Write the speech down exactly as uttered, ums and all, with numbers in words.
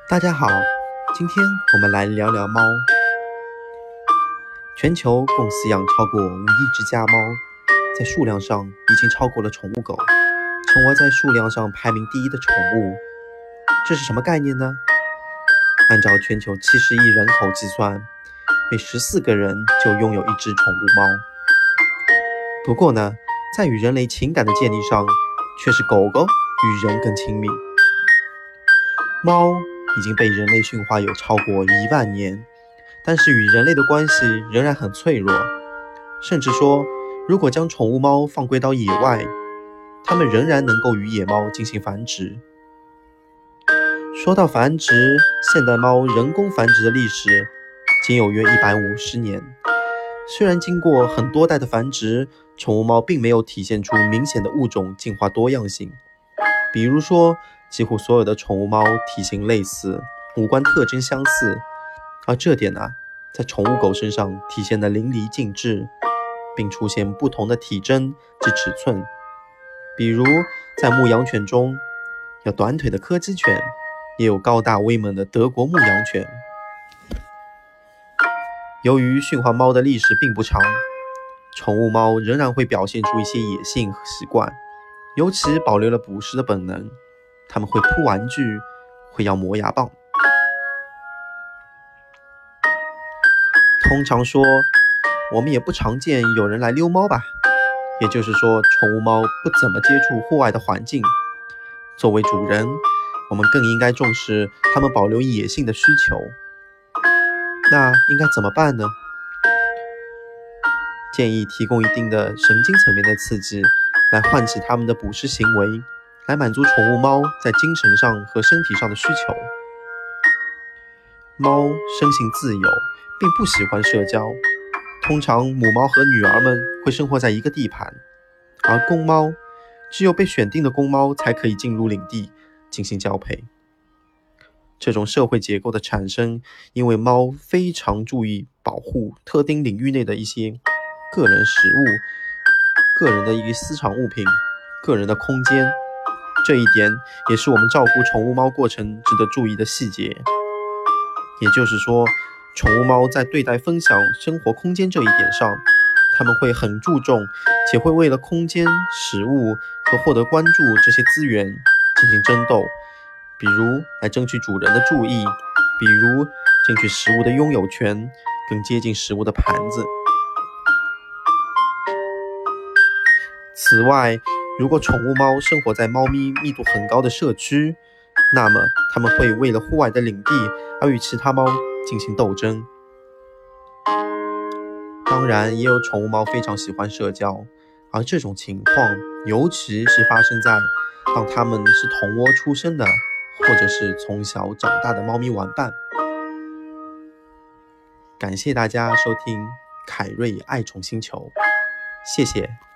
大家好，今天我们来聊聊猫。全球共饲养超过五亿只家猫，在数量上已经超过了宠物狗，成为在数量上排名第一的宠物。这是什么概念呢？按照全球七十亿人口计算，每十四个人就拥有一只宠物猫。不过呢，在与人类情感的建立上，却是狗狗与人更亲密。猫已经被人类驯化有超过一万年，但是与人类的关系仍然很脆弱。甚至说，如果将宠物猫放归到野外，它们仍然能够与野猫进行繁殖。说到繁殖，现代猫人工繁殖的历史仅有约一百五十年。虽然经过很多代的繁殖，宠物猫并没有体现出明显的物种进化多样性。比如说，几乎所有的宠物猫体型类似，五官特征相似，而这点呢、啊，在宠物狗身上体现得淋漓尽致，并出现不同的体征及尺寸。比如，在牧羊犬中，有短腿的柯基犬，也有高大威猛的德国牧羊犬。由于驯化猫的历史并不长，宠物猫仍然会表现出一些野性和习惯，尤其保留了捕食的本能。它们会扑玩具，会咬磨牙棒。通常说，我们也不常见有人来溜猫吧，也就是说，宠物猫不怎么接触户外的环境。作为主人，我们更应该重视它们保留野性的需求。那应该怎么办呢？建议提供一定的神经层面的刺激，来唤起它们的捕食行为，来满足宠物猫在精神上和身体上的需求。猫生性自由，并不喜欢社交。通常母猫和女儿们会生活在一个地盘，而公猫只有被选定的公猫才可以进入领地进行交配。这种社会结构的产生，因为猫非常注意保护特定领域内的一些个人食物、个人的一个私藏物品、个人的空间。这一点也是我们照顾宠物猫过程值得注意的细节。也就是说，宠物猫在对待分享生活空间这一点上，它们会很注重，且会为了空间、食物和获得关注这些资源进行争斗，比如来争取主人的注意，比如争取食物的拥有权，更接近食物的盘子。此外，如果宠物猫生活在猫咪密度很高的社区，那么它们会为了户外的领地而与其他猫进行斗争。当然，也有宠物猫非常喜欢社交，而这种情况尤其是发生在当它们是同窝出生的，或者是从小长大的猫咪玩伴。感谢大家收听凯瑞爱宠星球，谢谢。